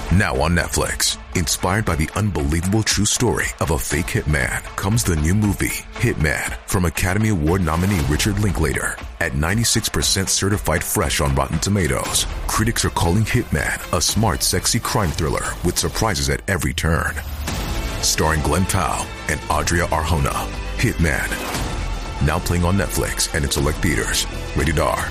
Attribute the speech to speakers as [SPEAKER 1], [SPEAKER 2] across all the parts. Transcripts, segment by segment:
[SPEAKER 1] Now on Netflix, inspired by the unbelievable true story of a fake hitman, comes the new movie, Hitman, from Academy Award nominee Richard Linklater. At 96% certified fresh on Rotten Tomatoes, critics are calling Hitman a smart, sexy crime thriller with surprises at every turn. Starring Glenn Powell and Adria Arjona, Hitman. Now playing on Netflix and in select theaters. Rated R.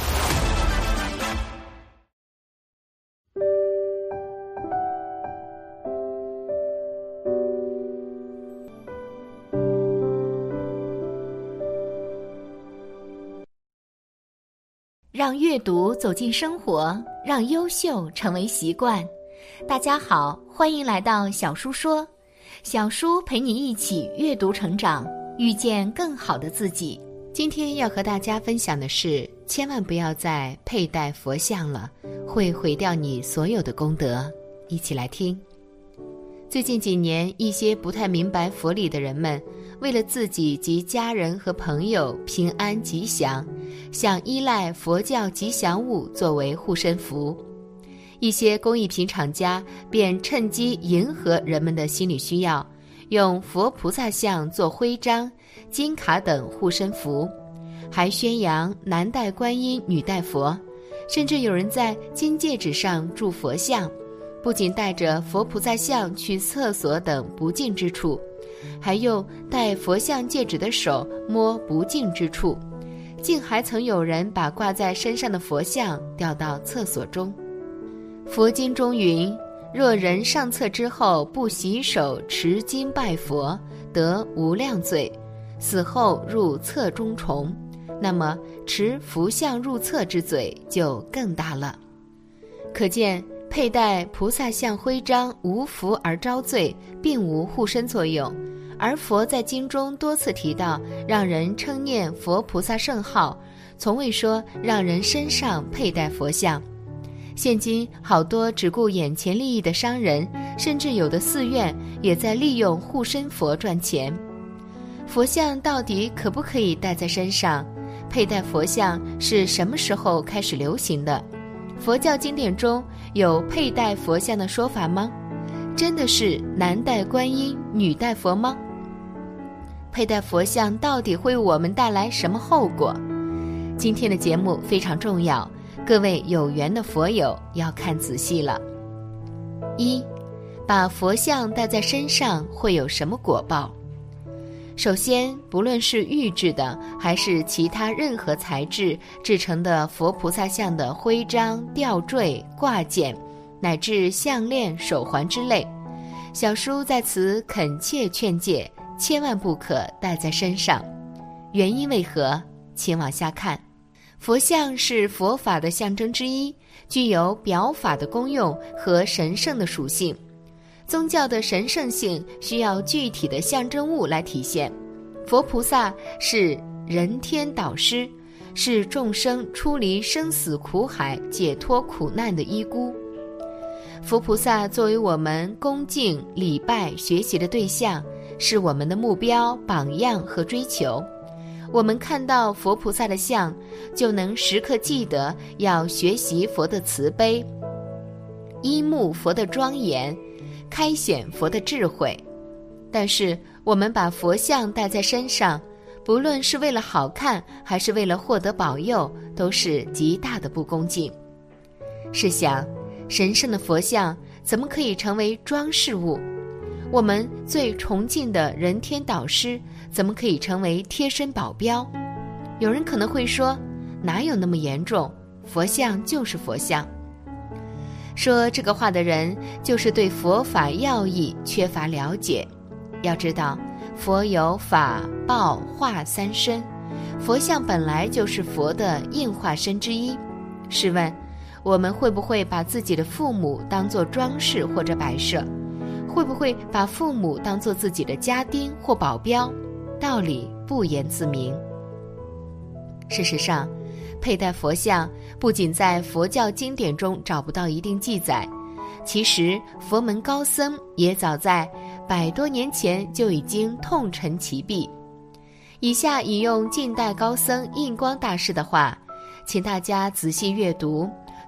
[SPEAKER 2] 让阅读走进生活，让优秀成为习惯。大家好，欢迎来到小叔说，小叔陪你一起阅读成长，遇见更好的自己。今天要和大家分享的是，千万不要再佩戴佛像了，会毁掉你所有的功德。一起来听。最近几年，一些不太明白佛理的人们，为了自己及家人和朋友平安吉祥，想依赖佛教吉祥物作为护身符。一些工艺品厂家便趁机迎合人们的心理需要，用佛菩萨像做徽章、金卡等护身符，还宣扬男戴观音，女戴佛，甚至有人在金戒指上铸佛像，不仅带着佛菩萨像去厕所等不净之处，还用戴佛像戒指的手摸不净之处，竟还曾有人把挂在身上的佛像掉到厕所中。佛经中云，若人上厕之后不洗手持经拜佛，得无量罪，死后入厕中虫，那么持佛像入厕之罪就更大了。可见佩戴菩萨像徽章无福而招罪，并无护身作用，而佛在经中多次提到让人称念佛菩萨圣号，从未说让人身上佩戴佛像。现今好多只顾眼前利益的商人，甚至有的寺院也在利用护身佛赚钱。佛像到底可不可以戴在身上？佩戴佛像是什么时候开始流行的？佛教经典中有佩戴佛像的说法吗？真的是男戴观音，女戴佛吗？佩戴佛像到底会为我们带来什么后果？今天的节目非常重要，各位有缘的佛友要看仔细了。一，把佛像戴在身上会有什么果报？首先，不论是玉制的还是其他任何材质制成的佛菩萨像的徽章、吊坠、挂件，乃至项链、手环之类，小叔在此恳切劝诫，千万不可戴在身上。原因为何？请往下看。佛像是佛法的象征之一，具有表法的功用和神圣的属性。宗教的神圣性需要具体的象征物来体现。佛菩萨是人天导师，是众生出离生死苦海、解脱苦难的依孤。佛菩萨作为我们恭敬、礼拜、学习的对象，是我们的目标、榜样和追求。我们看到佛菩萨的像，就能时刻记得要学习佛的慈悲，依慕佛的庄严，开显佛的智慧。但是我们把佛像戴在身上，不论是为了好看还是为了获得保佑，都是极大的不恭敬。试想，神圣的佛像怎么可以成为装饰物？我们最崇敬的人天导师怎么可以成为贴身保镖？有人可能会说，哪有那么严重？佛像就是佛像。说这个话的人就是对佛法要义缺乏了解。要知道，佛有法、报、化三身，佛像本来就是佛的应化身之一。试问，我们会不会把自己的父母当作装饰或者摆设？会不会把父母当作自己的家丁或保镖？道理不言自明。事实上，佩戴佛像不仅在佛教经典中找不到一定记载，其实佛门高僧也早在100多年前就已经痛陈其弊。以下引用近代高僧印光大师的话，请大家仔细阅读，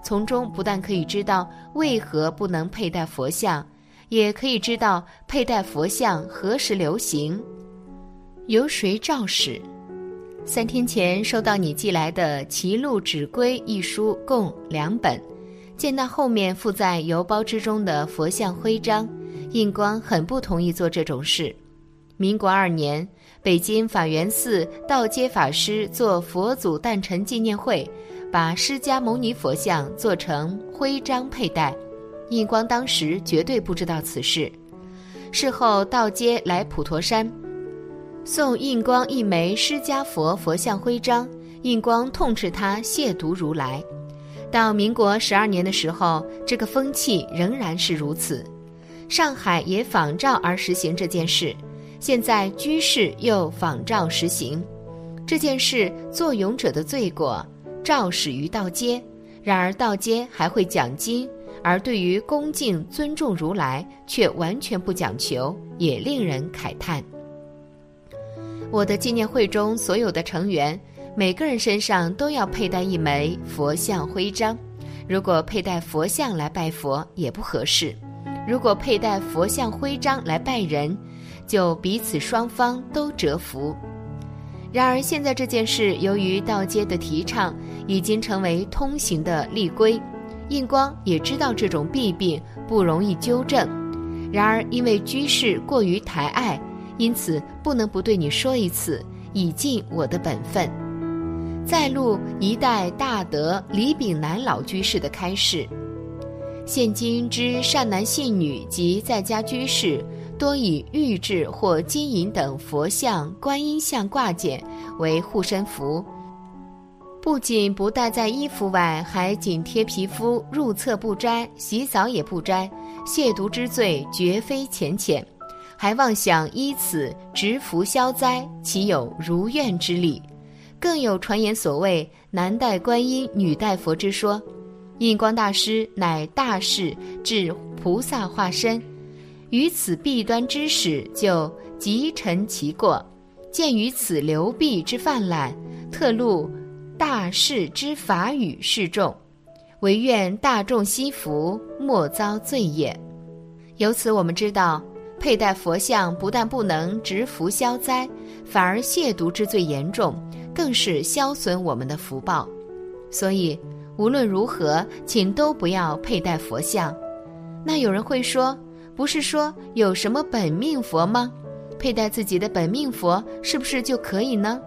[SPEAKER 2] 从中不但可以知道为何不能佩戴佛像，也可以知道佩戴佛像何时流行，由谁肇始。3天前收到你寄来的《齐录指规》一书共2本，见到后面附在邮包之中的佛像徽章，印光很不同意做这种事。民国2年，北京法源寺道阶法师做佛祖诞辰纪念会，把释迦牟尼佛像做成徽章佩戴，印光当时绝对不知道此事。事后道阶来普陀山，送印光一枚释迦佛佛像徽章，印光痛斥他亵渎如来。到民国12年的时候，这个风气仍然是如此。上海也仿照而实行这件事，现在居士又仿照实行。这件事作俑者的罪过肇始于道阶，然而道阶还会讲经，而对于恭敬尊重如来却完全不讲求，也令人慨叹。我的纪念会中所有的成员，每个人身上都要佩戴一枚佛像徽章，如果佩戴佛像来拜佛也不合适，如果佩戴佛像徽章来拜人，就彼此双方都折服。然而现在这件事由于道阶的提倡，已经成为通行的例规，印光也知道这种弊病不容易纠正，然而因为居士过于抬爱，因此不能不对你说一次，以尽我的本分。再录一代大德李炳南老居士的开示：现今之善男信女及在家居士，多以玉制或金银等佛像、观音像挂件为护身符，不仅不戴在衣服外，还紧贴皮肤，入厕不摘，洗澡也不摘，亵渎之罪绝非浅浅，还妄想依此执福消灾，岂有如愿之理？更有传言所谓男戴观音，女戴佛之说。印光大师乃大士至菩萨化身，于此弊端之始，就即陈其过，鉴于此流弊之泛滥，特录大士之法语示众，唯愿大众悉服，莫遭罪也。由此我们知道，佩戴佛像不但不能执福消灾，反而亵渎之罪严重，更是消损我们的福报。所以无论如何，请都不要佩戴佛像。那有人会说，不是说有什么本命佛吗？佩戴自己的本命佛是不是就可以呢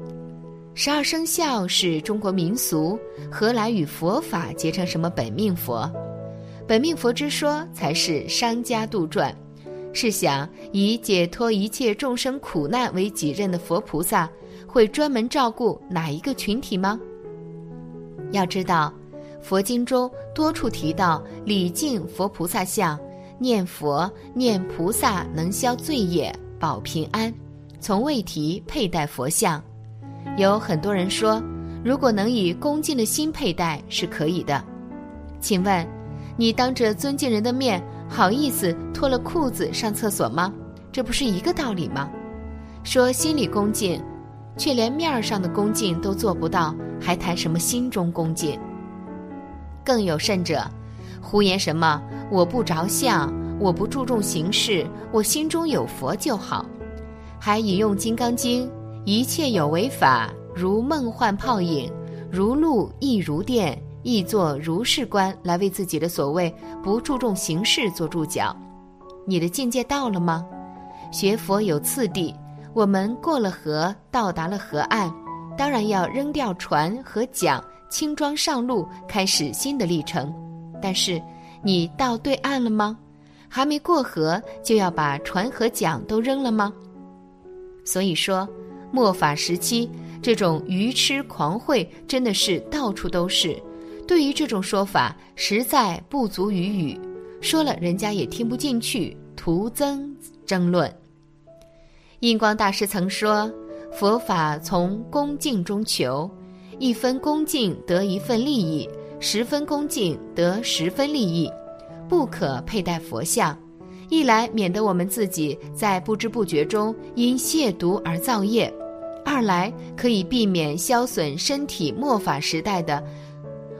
[SPEAKER 2] ？12生肖是中国民俗，何来与佛法结成什么本命佛？本命佛之说才是商家杜撰。试想，以解脱一切众生苦难为己任的佛菩萨，会专门照顾哪一个群体吗？要知道，佛经中多处提到礼敬佛菩萨像，念佛念菩萨能消罪业，保平安，从未提佩戴佛像。有很多人说，如果能以恭敬的心佩戴是可以的。请问，你当着尊敬人的面，好意思脱了裤子上厕所吗？这不是一个道理吗？说心里恭敬，却连面上的恭敬都做不到，还谈什么心中恭敬？更有甚者，胡言什么我不着相，我不注重形式，我心中有佛就好，还引用《金刚经》，一切有为法，如梦幻泡影，如露亦如电，亦作如是观，来为自己的所谓不注重形式做注脚。你的境界到了吗？学佛有次第，我们过了河，到达了河岸，当然要扔掉船和桨，轻装上路，开始新的历程。但是你到对岸了吗？还没过河，就要把船和桨都扔了吗？所以说，末法时期这种愚痴狂慧真的是到处都是。对于这种说法，实在不足于语，说了人家也听不进去，徒增争论。印光大师曾说，佛法从恭敬中求，1分恭敬得1份利益，10分恭敬得10分利益，不可佩戴佛像。一来免得我们自己在不知不觉中因亵渎而造业，二来可以避免消损身体末法时代的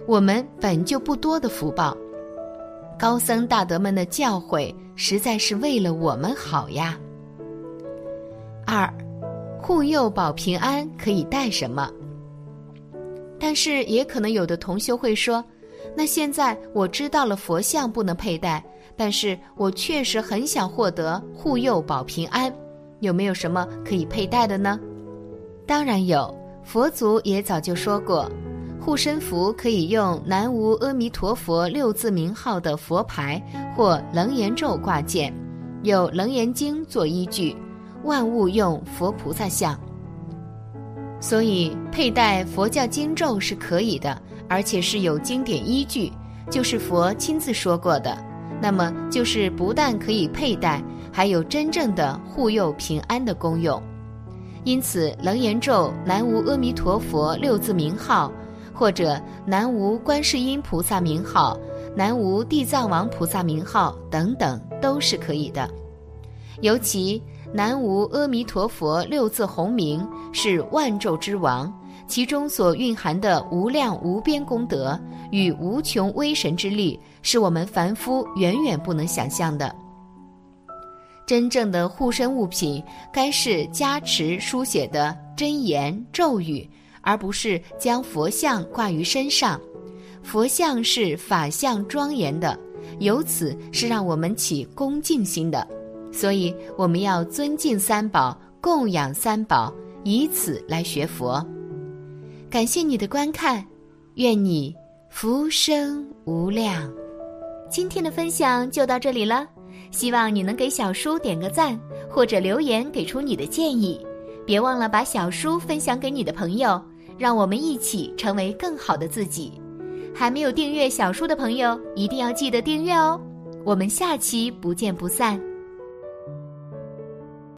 [SPEAKER 2] 我们本就不多的福报。高僧大德们的教诲实在是为了我们好呀。2. 护佑保平安可以带什么？但是也可能有的同修会说，那现在我知道了佛像不能佩戴，但是我确实很想获得护佑保平安，有没有什么可以佩戴的呢？当然有，佛祖也早就说过，护身符可以用南无阿弥陀佛6字名号的佛牌或楞严咒挂件，有楞严经做依据，万物用佛菩萨像。所以佩戴佛教经咒是可以的，而且是有经典依据，就是佛亲自说过的，那么就是不但可以佩戴，还有真正的护佑平安的功用。因此楞严咒南无阿弥陀佛6字名号，或者南无观世音菩萨名号、南无地藏王菩萨名号等等都是可以的。尤其南无阿弥陀佛6字洪名是万咒之王，其中所蕴含的无量无边功德与无穷威神之力，是我们凡夫远远不能想象的。真正的护身物品该是加持书写的真言咒语，而不是将佛像挂于身上。佛像是法相庄严的，由此是让我们起恭敬心的，所以我们要尊敬三宝，供养三宝，以此来学佛。感谢你的观看，愿你福生无量。今天的分享就到这里了，希望你能给小叔点个赞，或者留言给出你的建议。别忘了把小叔分享给你的朋友，让我们一起成为更好的自己。还没有订阅小叔的朋友，一定要记得订阅哦。我们下期不见不散。